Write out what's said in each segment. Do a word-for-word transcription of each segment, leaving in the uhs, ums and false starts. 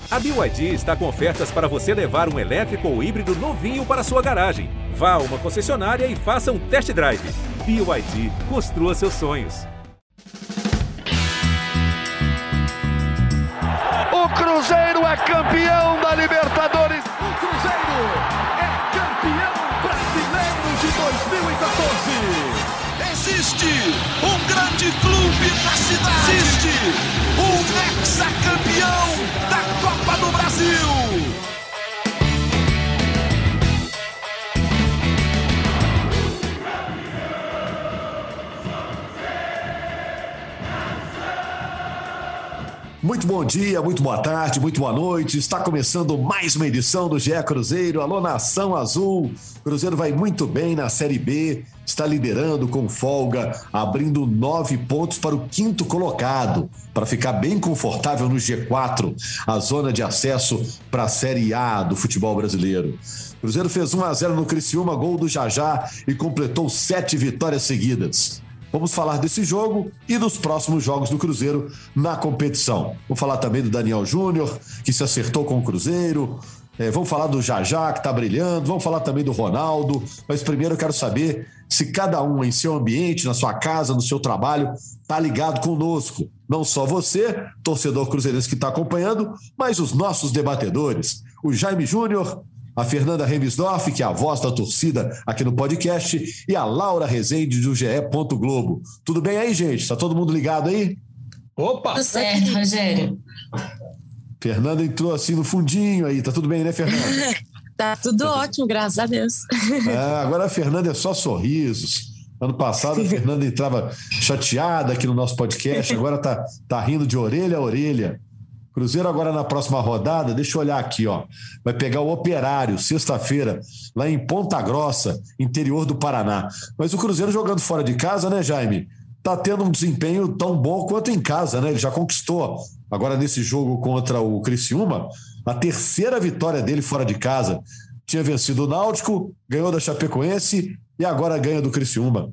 A B Y D está com ofertas para você levar um elétrico ou híbrido novinho para sua garagem. Vá a uma concessionária e faça um test drive. B Y D, construa seus sonhos. O Cruzeiro é campeão da Libertadores. O Cruzeiro é campeão brasileiro de dois mil e quatorze. Existe um grande clube na cidade. Existe um hexacampeão da Copa do Brasil. Muito bom dia, muito boa tarde, muito boa noite. Está começando mais uma edição do G E Cruzeiro. Alô, Nação Azul. Cruzeiro vai muito bem na Série B. Está liderando com folga, abrindo nove pontos para o quinto colocado, para ficar bem confortável no G quatro, a zona de acesso para a Série A do futebol brasileiro. Cruzeiro fez um a zero no Criciúma, gol do Jajá, e completou sete vitórias seguidas. Vamos falar desse jogo e dos próximos jogos do Cruzeiro na competição. Vamos falar também do Daniel Júnior, que se acertou com o Cruzeiro. É, vamos falar do Jajá, que está brilhando. Vamos falar também do Ronaldo. Mas primeiro eu quero saber se cada um em seu ambiente, na sua casa, no seu trabalho, está ligado conosco. Não só você, torcedor cruzeirense que está acompanhando, mas os nossos debatedores. O Jaime Júnior, a Fernanda Remisdorf, que é a voz da torcida aqui no podcast, e a Laura Rezende, do G E. Globo. Tudo bem aí, gente? Está todo mundo ligado aí? Opa! Tudo certo, Rogério. Fernanda entrou assim no fundinho aí. Tá tudo bem, né, Fernanda? Tá tudo ótimo, graças a Deus. É, agora a Fernanda é só sorrisos. Ano passado a Fernanda entrava chateada aqui no nosso podcast, agora tá, tá rindo de orelha a orelha. Cruzeiro agora na próxima rodada, deixa eu olhar aqui, ó. Vai pegar o Operário, sexta-feira, lá em Ponta Grossa, interior do Paraná. Mas o Cruzeiro jogando fora de casa, né, Jaime? Tá tendo um desempenho tão bom quanto em casa, né? Ele já conquistou, agora nesse jogo contra o Criciúma, a terceira vitória dele fora de casa. Tinha vencido o Náutico, ganhou da Chapecoense e agora ganha do Criciúma.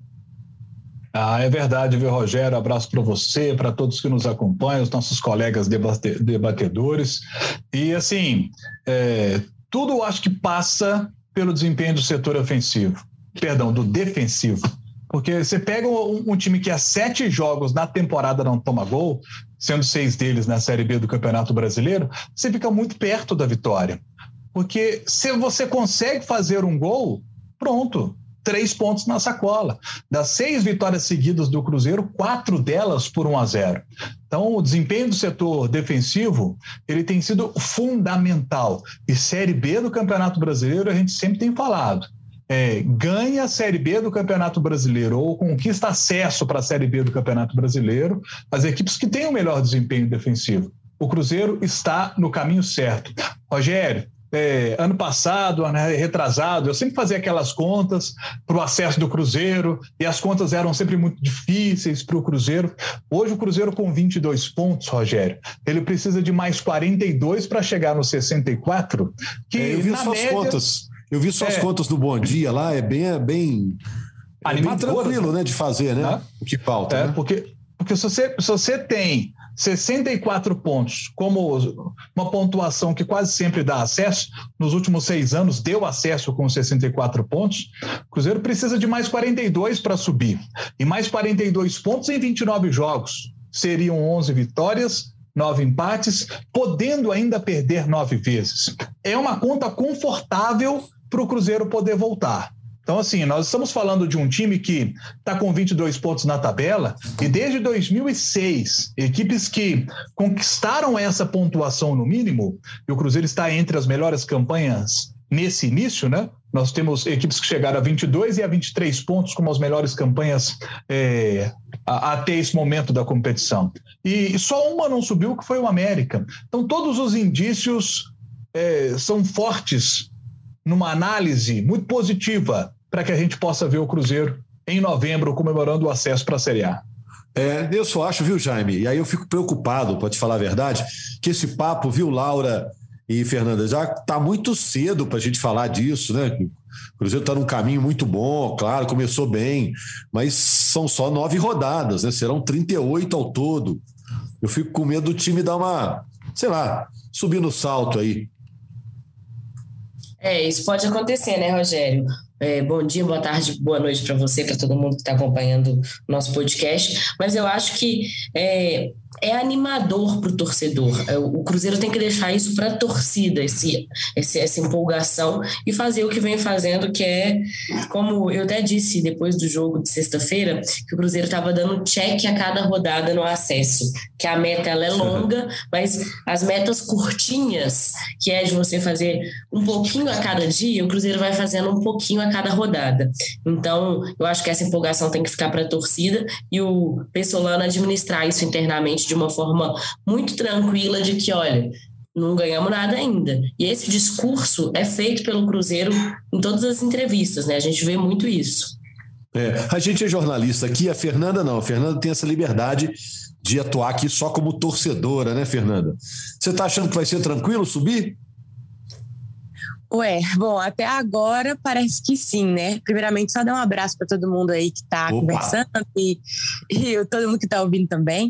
Ah, é verdade, viu, Rogério? Abraço para você, para todos que nos acompanham, os nossos colegas debate- debatedores. E, assim, é, tudo acho que passa pelo desempenho do setor ofensivo, perdão, do defensivo. Porque você pega um, um time que há sete jogos na temporada não toma gol, sendo seis deles na Série B do Campeonato Brasileiro, você fica muito perto da vitória. Porque se você consegue fazer um gol, pronto. Três pontos na sacola. Das seis vitórias seguidas do Cruzeiro, quatro delas por um a zero. Então, o desempenho do setor defensivo, ele tem sido fundamental. E Série B do Campeonato Brasileiro, a gente sempre tem falado. É, ganha a Série B do Campeonato Brasileiro ou conquista acesso para a Série B do Campeonato Brasileiro as equipes que têm o melhor desempenho defensivo. O Cruzeiro está no caminho certo. Rogério, É, ano passado, ano retrasado, eu sempre fazia aquelas contas para o acesso do Cruzeiro e as contas eram sempre muito difíceis para o Cruzeiro. Hoje o Cruzeiro com vinte e dois pontos, Rogério, ele precisa de mais quarenta e dois para chegar no sessenta e quatro. Que, é, eu vi na suas média, contas, eu vi suas é, contas do Bom Dia lá, é bem, é bem, é bem tranquilo, né, de fazer, né? Ah, o que falta. É, né? porque, porque se você, se você tem sessenta e quatro pontos, como uma pontuação que quase sempre dá acesso, nos últimos seis anos deu acesso com sessenta e quatro pontos, o Cruzeiro precisa de mais quarenta e dois para subir. E mais quarenta e dois pontos em vinte e nove jogos. Seriam onze vitórias, nove empates, podendo ainda perder nove vezes. É uma conta confortável para o Cruzeiro poder voltar. Então, assim, nós estamos falando de um time que está com vinte e dois pontos na tabela e desde dois mil e seis, equipes que conquistaram essa pontuação no mínimo, e o Cruzeiro está entre as melhores campanhas nesse início, né? Nós temos equipes que chegaram a vinte e dois e a vinte e três pontos como as melhores campanhas é, a, até esse momento da competição. E, e só uma não subiu, que foi o América. Então, todos os indícios é, são fortes numa análise muito positiva para que a gente possa ver o Cruzeiro em novembro comemorando o acesso para a Série A. É, eu só acho, viu, Jaime? E aí eu fico preocupado, pode falar a verdade, que esse papo, viu, Laura e Fernanda, já está muito cedo para a gente falar disso, né? O Cruzeiro está num caminho muito bom, claro, começou bem, mas são só nove rodadas, né? Serão trinta e oito ao todo. Eu fico com medo do time dar uma, sei lá, subir no salto aí. É, isso pode acontecer, né, Rogério? É, bom dia, boa tarde, boa noite para você, para todo mundo que está acompanhando o nosso podcast. Mas eu acho que é, é animador para o torcedor. O Cruzeiro tem que deixar isso para a torcida, esse, esse, essa empolgação, e fazer o que vem fazendo, que é, como eu até disse depois do jogo de sexta-feira, que o Cruzeiro estava dando check a cada rodada no acesso, que a meta ela é longa, mas as metas curtinhas, que é de você fazer um pouquinho a cada dia, o Cruzeiro vai fazendo um pouquinho a cada rodada. Então, eu acho que essa empolgação tem que ficar para a torcida e o Pessolano administrar isso internamente de uma forma muito tranquila, de que, olha, não ganhamos nada ainda. E esse discurso é feito pelo Cruzeiro em todas as entrevistas, né? A gente vê muito isso. É, a gente é jornalista aqui, a Fernanda não. A Fernanda tem essa liberdade de atuar aqui só como torcedora, né, Fernanda? Você está achando que vai ser tranquilo subir? Ué, bom, até agora parece que sim, né? Primeiramente, só dar um abraço para todo mundo aí que está conversando e, e todo mundo que está ouvindo também.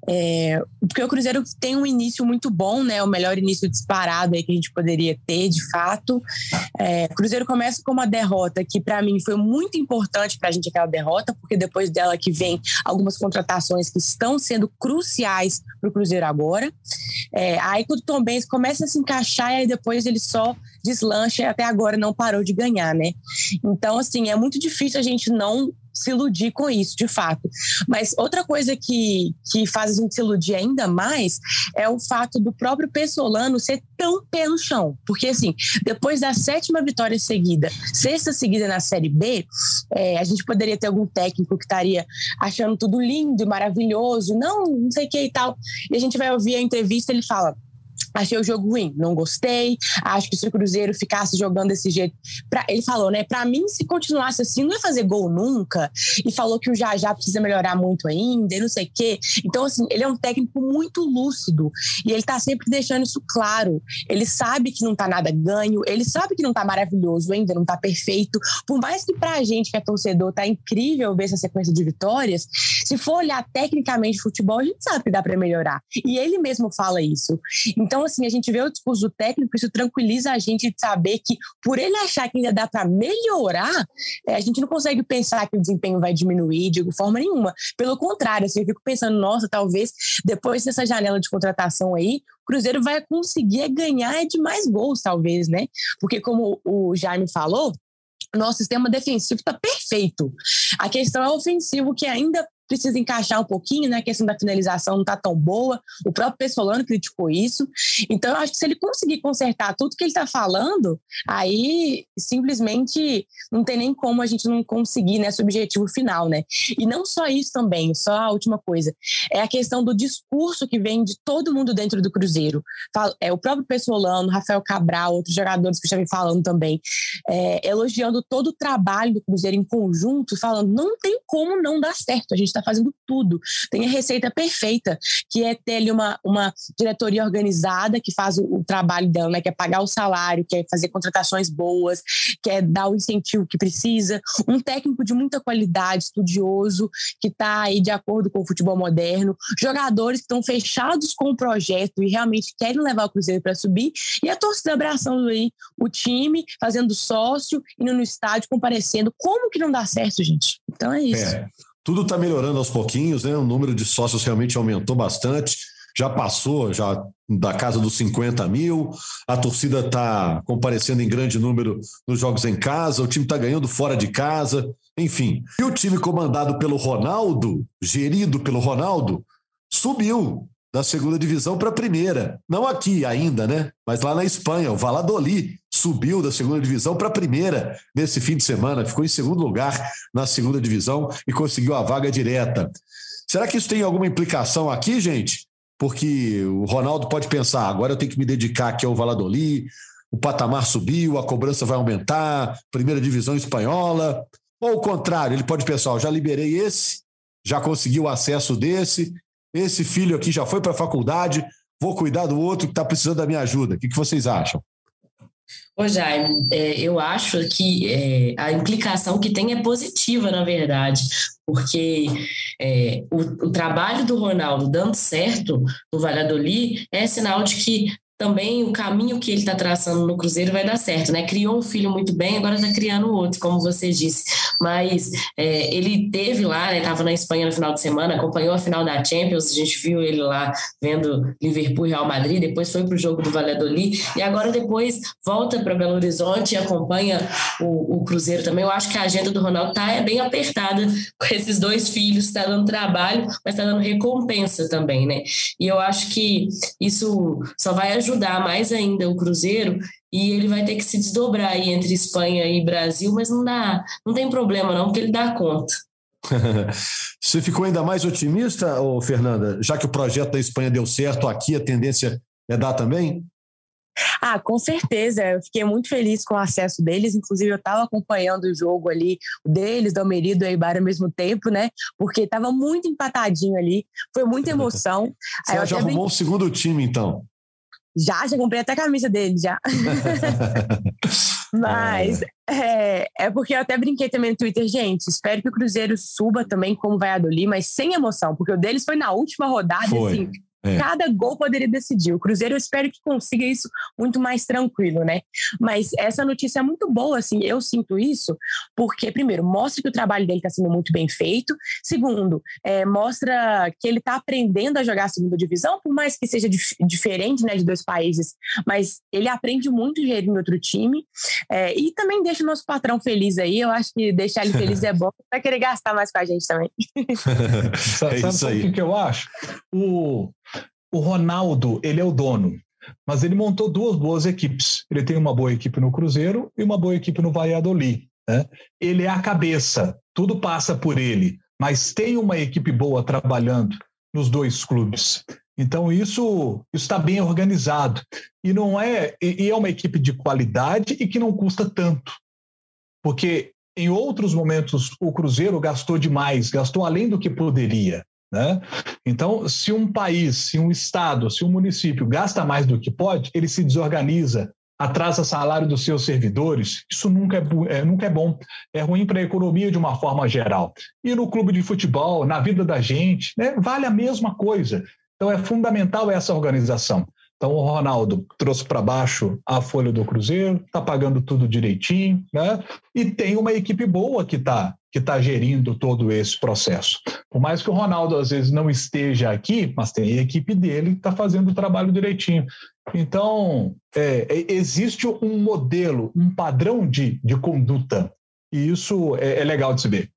É, porque o Cruzeiro tem um início muito bom, né? O melhor início disparado aí que a gente poderia ter, de fato. É, o Cruzeiro começa com uma derrota que, para mim, foi muito importante para a gente, aquela derrota, porque depois dela que vem algumas contratações que estão sendo cruciais para o Cruzeiro agora. É, aí, quando o Tom Benz começa a se encaixar, e aí depois ele só deslancha e até agora não parou de ganhar, né? Então, assim, é muito difícil a gente não se iludir com isso, de fato. Mas outra coisa que, que faz a gente se iludir ainda mais é o fato do próprio Pessolano ser tão pé no chão. Porque, assim, depois da sétima vitória seguida, sexta seguida na Série B, é, a gente poderia ter algum técnico que estaria achando tudo lindo e maravilhoso, não, não sei o que e tal. E a gente vai ouvir a entrevista, ele fala: achei o jogo ruim, não gostei, acho que se o Cruzeiro ficasse jogando desse jeito... Pra, ele falou, né, pra mim, se continuasse assim, não ia fazer gol nunca, e falou que o Jajá precisa melhorar muito ainda, e não sei o quê. Então, assim, ele é um técnico muito lúcido, e ele tá sempre deixando isso claro. Ele sabe que não tá nada ganho, ele sabe que não tá maravilhoso ainda, não tá perfeito. Por mais que pra gente, que é torcedor, tá incrível ver essa sequência de vitórias, se for olhar tecnicamente o futebol, a gente sabe que dá pra melhorar. E ele mesmo fala isso. Então, assim, a gente vê o discurso do técnico, isso tranquiliza a gente de saber que, por ele achar que ainda dá para melhorar, é, a gente não consegue pensar que o desempenho vai diminuir de forma nenhuma. Pelo contrário, assim, eu fico pensando, nossa, talvez depois dessa janela de contratação aí, o Cruzeiro vai conseguir ganhar de mais gols, talvez, né? Porque, como o Jaime falou, nosso sistema defensivo está perfeito. A questão é o ofensivo, que ainda precisa encaixar um pouquinho, né? A questão da finalização não está tão boa. O próprio Pessolano criticou isso. Então, eu acho que se ele conseguir consertar tudo que ele está falando, aí simplesmente não tem nem como a gente não conseguir, né, esse objetivo final, né? E não só isso também, só a última coisa, é a questão do discurso que vem de todo mundo dentro do Cruzeiro. É o próprio Pessolano, Rafael Cabral, outros jogadores que já vem falando também, é, elogiando todo o trabalho do Cruzeiro em conjunto, falando, não tem como não dar certo, a gente está fazendo tudo. Tem a receita perfeita, que é ter ali uma, uma diretoria organizada que faz o, o trabalho dela, né? Que é pagar o salário, que é fazer contratações boas, que é dar o incentivo que precisa. Um técnico de muita qualidade, estudioso, que está aí de acordo com o futebol moderno. Jogadores que estão fechados com o projeto e realmente querem levar o Cruzeiro para subir. E a torcida abraçando aí o time, fazendo sócio, indo no estádio, comparecendo. Como que não dá certo, gente? Então é isso. É. Tudo está melhorando aos pouquinhos, né? O número de sócios realmente aumentou bastante, já passou já da casa dos cinquenta mil, a torcida está comparecendo em grande número nos jogos em casa, o time está ganhando fora de casa, enfim. E o time comandado pelo Ronaldo, gerido pelo Ronaldo, subiu da segunda divisão para a primeira. Não aqui ainda, né? Mas lá na Espanha, o Valladolid subiu da segunda divisão para a primeira nesse fim de semana, ficou em segundo lugar na segunda divisão e conseguiu a vaga direta. Será que isso tem alguma implicação aqui, gente? Porque o Ronaldo pode pensar, agora eu tenho que me dedicar aqui ao Valladolid, o patamar subiu, a cobrança vai aumentar, primeira divisão espanhola, ou o contrário, ele pode pensar, eu já liberei esse, já consegui o acesso desse, esse filho aqui já foi para a faculdade, vou cuidar do outro que está precisando da minha ajuda. O que, que vocês acham? Ô Jaime, é, eu acho que é, a implicação que tem é positiva, na verdade, porque é, o, o trabalho do Ronaldo dando certo no Valladolid é sinal de que também o caminho que ele está traçando no Cruzeiro vai dar certo, né? Criou um filho muito bem, agora está criando outro, como você disse. Mas é, ele teve lá, estava né, na Espanha no final de semana, acompanhou a final da Champions, a gente viu ele lá vendo Liverpool e Real Madrid, depois foi para o jogo do Valladolid, e agora depois volta para Belo Horizonte e acompanha o, o Cruzeiro também. Eu acho que a agenda do Ronaldo está é, bem apertada com esses dois filhos, está dando trabalho, mas está dando recompensa também, né? E eu acho que isso só vai ajudar mais ainda o Cruzeiro, e ele vai ter que se desdobrar aí entre Espanha e Brasil, mas não dá, não tem problema não, porque ele dá conta. Você ficou ainda mais otimista, ô Fernanda? Já que o projeto da Espanha deu certo, aqui a tendência é dar também? Ah, com certeza, eu fiquei muito feliz com o acesso deles, inclusive eu estava acompanhando o jogo ali, o deles, do Almeria e do Eibar ao mesmo tempo, né, porque estava muito empatadinho ali, foi muita emoção. Você Aí já arrumou brin... um segundo time, então? Já, já comprei até a camisa dele, já. Mas é, é porque eu até brinquei também no Twitter, gente, espero que o Cruzeiro suba também como vai a Valladolid, mas sem emoção, porque o deles foi na última rodada, foi. Assim, é. Cada gol poderia decidir. O Cruzeiro eu espero que consiga isso muito mais tranquilo, né? Mas essa notícia é muito boa, assim, eu sinto isso, porque, primeiro, mostra que o trabalho dele está sendo muito bem feito. Segundo, é, mostra que ele está aprendendo a jogar a segunda divisão, por mais que seja dif- diferente, né, de dois países, mas ele aprende muito gerindo outro time. É, e também deixa o nosso patrão feliz aí. Eu acho que deixar ele feliz é bom, vai querer gastar mais com a gente também. Sabe, é sabe o que eu acho? O... O Ronaldo, ele é o dono, mas ele montou duas boas equipes. Ele tem uma boa equipe no Cruzeiro e uma boa equipe no Valladolid, né? Ele é a cabeça, tudo passa por ele, mas tem uma equipe boa trabalhando nos dois clubes. Então isso está bem organizado. E, não é, e é uma equipe de qualidade e que não custa tanto. Porque em outros momentos o Cruzeiro gastou demais, gastou além do que poderia. Né? Então, se um país, se um estado, se um município gasta mais do que pode, ele se desorganiza, atrasa salário dos seus servidores. Isso nunca é, é, nunca é bom, é ruim para a economia de uma forma geral. E no clube de futebol, na vida da gente, né, vale a mesma coisa. Então é fundamental essa organização. Então o Ronaldo trouxe para baixo a folha do Cruzeiro, está pagando tudo direitinho, né? E tem uma equipe boa que está que tá gerindo todo esse processo. Por mais que o Ronaldo às vezes não esteja aqui, mas tem a equipe dele que está fazendo o trabalho direitinho. Então é, existe um modelo, um padrão de, de conduta, e isso é, é legal de se ver.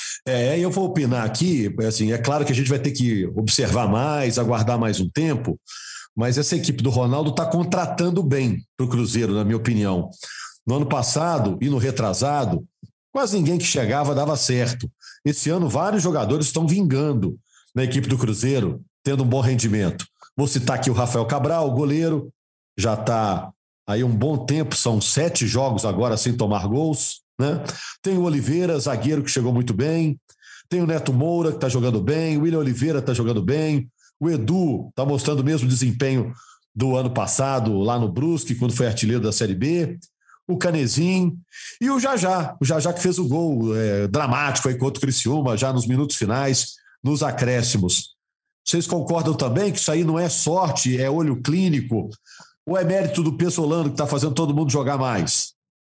É, eu vou opinar aqui, assim, é claro que a gente vai ter que observar mais, aguardar mais um tempo, mas essa equipe do Ronaldo está contratando bem para o Cruzeiro, na minha opinião. No ano passado e no retrasado, quase ninguém que chegava dava certo. Esse ano, vários jogadores estão vingando na equipe do Cruzeiro, tendo um bom rendimento. Vou citar aqui o Rafael Cabral, o goleiro, já está aí um bom tempo, são sete jogos agora sem tomar gols, né? Tem o Oliveira, zagueiro, que chegou muito bem. Tem o Neto Moura, que está jogando bem. O William Oliveira está jogando bem. O Edu está mostrando o mesmo desempenho do ano passado lá no Brusque, quando foi artilheiro da Série B. O Canezinho e o Jajá. O Jajá que fez o gol é, dramático aí contra o Criciúma, já nos minutos finais, nos acréscimos. Vocês concordam também que isso aí não é sorte, é olho clínico? Ou é mérito do Pessolano que está fazendo todo mundo jogar mais?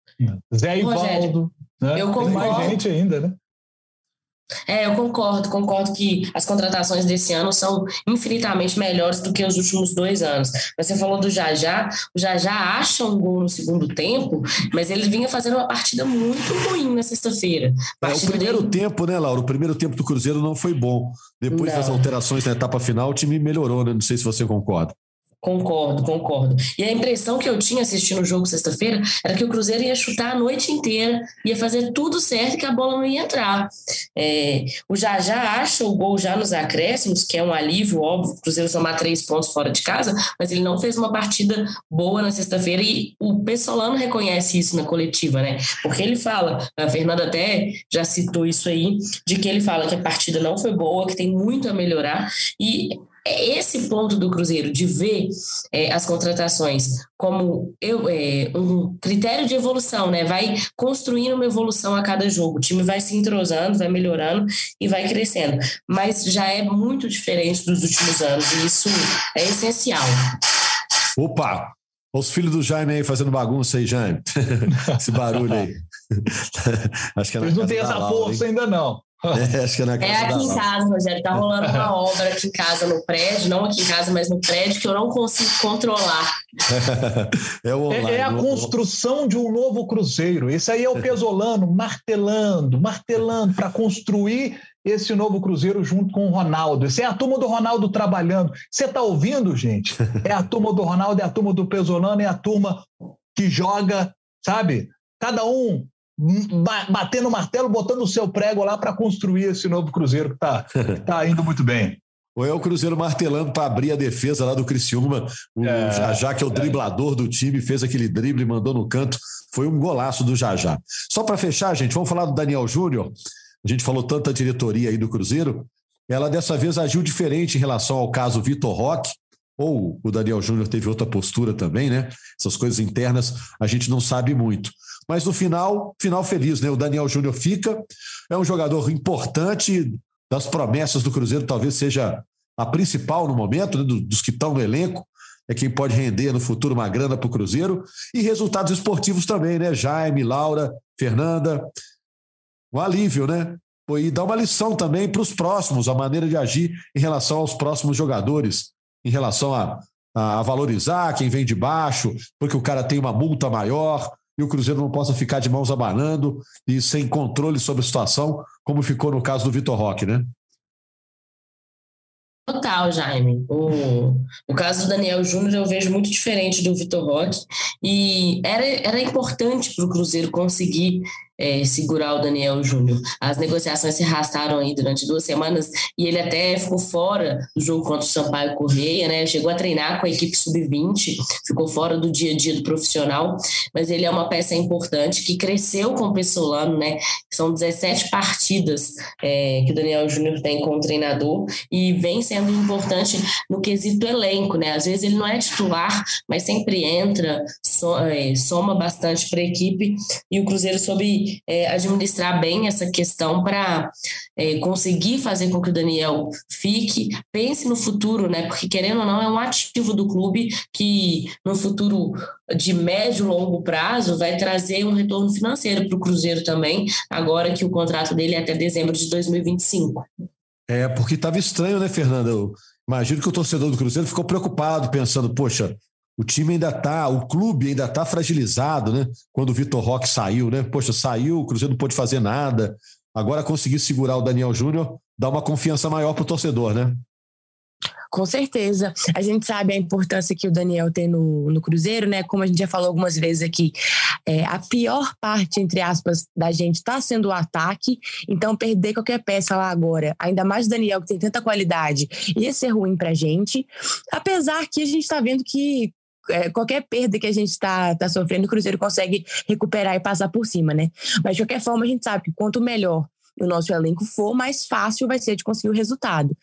Zé Ivaldo, né? Eu concordo. Tem mais gente ainda, né? É, eu concordo, concordo que as contratações desse ano são infinitamente melhores do que os últimos dois anos. Você falou do Jajá, o Jajá acha um gol no segundo tempo, mas ele vinha fazendo uma partida muito ruim na sexta-feira. É, o primeiro dele... tempo, né, Laura? O primeiro tempo do Cruzeiro não foi bom. Depois não. das alterações na etapa final, o time melhorou, né? Não sei se você concorda. Concordo, concordo. E a impressão que eu tinha assistindo o jogo sexta-feira era que o Cruzeiro ia chutar a noite inteira, ia fazer tudo certo e que a bola não ia entrar. É, o Jajá acha o gol já nos acréscimos, que é um alívio, óbvio, o Cruzeiro somar três pontos fora de casa, mas ele não fez uma partida boa na sexta-feira e o Pessolano reconhece isso na coletiva, né? Porque ele fala, a Fernanda até já citou isso aí, de que ele fala que a partida não foi boa, que tem muito a melhorar, e é esse ponto do Cruzeiro, de ver é, as contratações como eu, é, um critério de evolução, né? Vai construindo uma evolução a cada jogo. O time vai se entrosando, vai melhorando e vai crescendo. Mas já é muito diferente dos últimos anos e isso é essencial. Opa! Os filhos do Jaime aí fazendo bagunça aí, Jaime. Esse barulho aí. Acho que é na Eles não têm casa essa da Laura, força hein? ainda, não. É, acho que é na casa É aqui da em Laura. casa, Rogério, tá rolando uma obra aqui em casa no prédio, não aqui em casa, mas no prédio, que eu não consigo controlar. É, o online, É, é a o- construção de um novo Cruzeiro. Esse aí é o Pesolano martelando, martelando para construir esse novo Cruzeiro junto com o Ronaldo. Essa é a turma do Ronaldo trabalhando. Você está ouvindo, gente? É a turma do Ronaldo, é a turma do Pesolano, é a turma que joga, sabe? Cada um ba- batendo o martelo, botando o seu prego lá para construir esse novo Cruzeiro que está tá indo muito bem. Ou é o Cruzeiro martelando para abrir a defesa lá do Criciúma. O É, Jajá, que é o driblador do time, fez aquele drible, mandou no canto. Foi um golaço do Jajá. Só para fechar, gente, vamos falar do Daniel Júnior. A gente falou tanto da diretoria aí do Cruzeiro. Ela dessa vez agiu diferente em relação ao caso Vitor Roque, ou o Daniel Júnior teve outra postura também, né? Essas coisas internas a gente não sabe muito. Mas no final, final feliz, né? O Daniel Júnior fica, é um jogador importante, das promessas do Cruzeiro, talvez seja a principal no momento, né? Do, dos que estão no elenco, é quem pode render no futuro uma grana para o Cruzeiro, e resultados esportivos também, né? Jaime, Laura, Fernanda, um alívio, né? E dá uma lição também para os próximos, a maneira de agir em relação aos próximos jogadores, em relação a, a valorizar quem vem de baixo, porque o cara tem uma multa maior, e o Cruzeiro não possa ficar de mãos abanando e sem controle sobre a situação, como ficou no caso do Vitor Roque, né? Total, Jaime. O, o caso do Daniel Júnior eu vejo muito diferente do Vitor Roque, e era, era importante para o Cruzeiro conseguir é, segurar o Daniel Júnior. As negociações se arrastaram aí durante duas semanas e ele até ficou fora do jogo contra o Sampaio Corrêa, né? Chegou a treinar com a equipe sub vinte, ficou fora do dia a dia do profissional, mas ele é uma peça importante que cresceu com o Pesolano, né? São dezessete partidas é, que o Daniel Júnior tem como treinador e vem sendo importante no quesito elenco, né? Às vezes ele não é titular, mas sempre entra, so, é, soma bastante para a equipe, e o Cruzeiro soube é, administrar bem essa questão para é, conseguir fazer com que o Daniel fique, pense no futuro, né? Porque querendo ou não é um ativo do clube que no futuro de médio e longo prazo vai trazer um retorno financeiro para o Cruzeiro também, agora que o contrato dele é até dezembro de dois mil e vinte e cinco. É, porque estava estranho, né, Fernanda? Eu imagino que o torcedor do Cruzeiro ficou preocupado, pensando, poxa, o time ainda está, o clube ainda está fragilizado, né? Quando o Vitor Roque saiu, né? Poxa, saiu, o Cruzeiro não pôde fazer nada. Agora conseguir segurar o Daniel Júnior dá uma confiança maior para o torcedor, né? Com certeza. A gente sabe a importância que o Daniel tem no, no Cruzeiro, né? Como a gente já falou algumas vezes aqui, é, a pior parte, entre aspas, da gente está sendo o ataque. Então, perder qualquer peça lá agora, ainda mais o Daniel, que tem tanta qualidade, ia ser ruim pra gente. Apesar que a gente está vendo que é, qualquer perda que a gente está tá sofrendo, o Cruzeiro consegue recuperar e passar por cima, né? Mas, de qualquer forma, a gente sabe que quanto melhor o nosso elenco for, mais fácil vai ser de conseguir o resultado.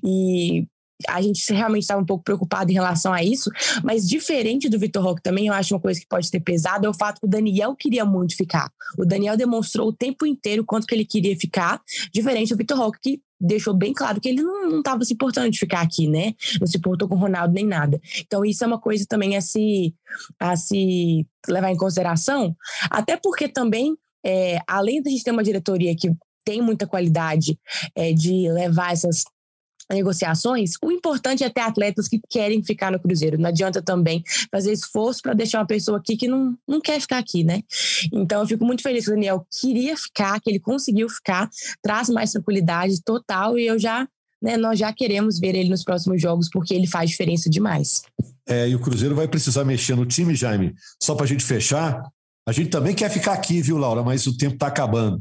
E a gente realmente estava um pouco preocupado em relação a isso, mas diferente do Vitor Roque também, eu acho uma coisa que pode ter pesado é o fato que o Daniel queria muito ficar. O Daniel demonstrou o tempo inteiro quanto que ele queria ficar, diferente do Vitor Roque, que deixou bem claro que ele não estava se importando de ficar aqui, né? Não se importou com o Ronaldo nem nada. Então isso é uma coisa também a se, a se levar em consideração, até porque também, é, além da gente ter uma diretoria que tem muita qualidade é, de levar essas negociações, o importante é ter atletas que querem ficar no Cruzeiro. Não adianta também fazer esforço para deixar uma pessoa aqui que não, não quer ficar aqui, né? Então eu fico muito feliz que o Daniel queria ficar, que ele conseguiu ficar, traz mais tranquilidade total, e eu já, né, nós já queremos ver ele nos próximos jogos, porque ele faz diferença demais. É, e o Cruzeiro vai precisar mexer no time, Jaime, só para a gente fechar. A gente também quer ficar aqui, viu, Laura? Mas o tempo está acabando.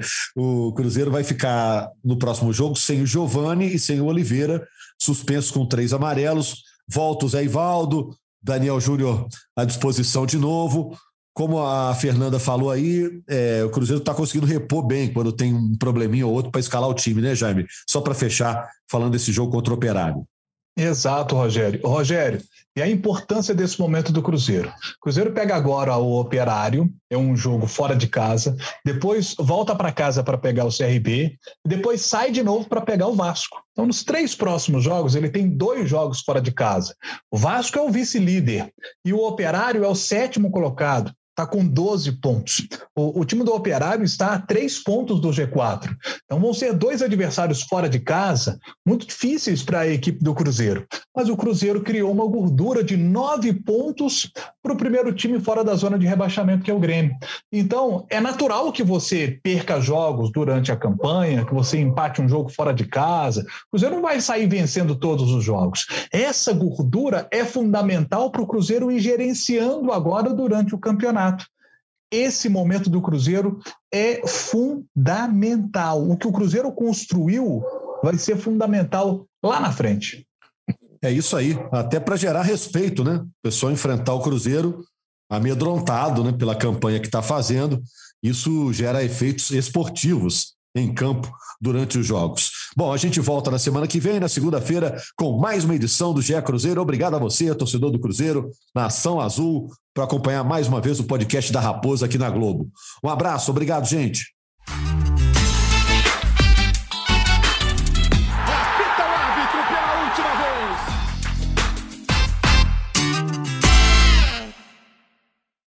O Cruzeiro vai ficar no próximo jogo sem o Giovani e sem o Oliveira, suspenso com três amarelos. Volta o Zé Ivaldo, Daniel Júnior à disposição de novo. Como a Fernanda falou aí, é, o Cruzeiro está conseguindo repor bem quando tem um probleminha ou outro para escalar o time, né, Jaime? Só para fechar, falando desse jogo contra o Operário. Exato, Rogério. Rogério, e a importância desse momento do Cruzeiro? O Cruzeiro pega agora o Operário, é um jogo fora de casa, depois volta para casa para pegar o C R B, depois sai de novo para pegar o Vasco. Então, nos três próximos jogos, ele tem dois jogos fora de casa. O Vasco é o vice-líder e o Operário é o sétimo colocado. Está com doze pontos. O, o time do Operário está a três pontos do G quatro. Então vão ser dois adversários fora de casa muito difíceis para a equipe do Cruzeiro. Mas o Cruzeiro criou uma gordura de nove pontos para o primeiro time fora da zona de rebaixamento, que é o Grêmio. Então é natural que você perca jogos durante a campanha, que você empate um jogo fora de casa. O Cruzeiro não vai sair vencendo todos os jogos. Essa gordura é fundamental para o Cruzeiro ir gerenciando agora durante o campeonato. Esse momento do Cruzeiro é fundamental. O que o Cruzeiro construiu vai ser fundamental lá na frente. É isso aí, até para gerar respeito, né? O pessoal enfrentar o Cruzeiro amedrontado, né, pela campanha que está fazendo. Isso gera efeitos esportivos em campo durante os jogos. Bom, a gente volta na semana que vem, na segunda-feira, com mais uma edição do G E Cruzeiro. Obrigado a você, torcedor do Cruzeiro, Nação Azul, por acompanhar mais uma vez o podcast da Raposa aqui na Globo. Um abraço, obrigado, gente.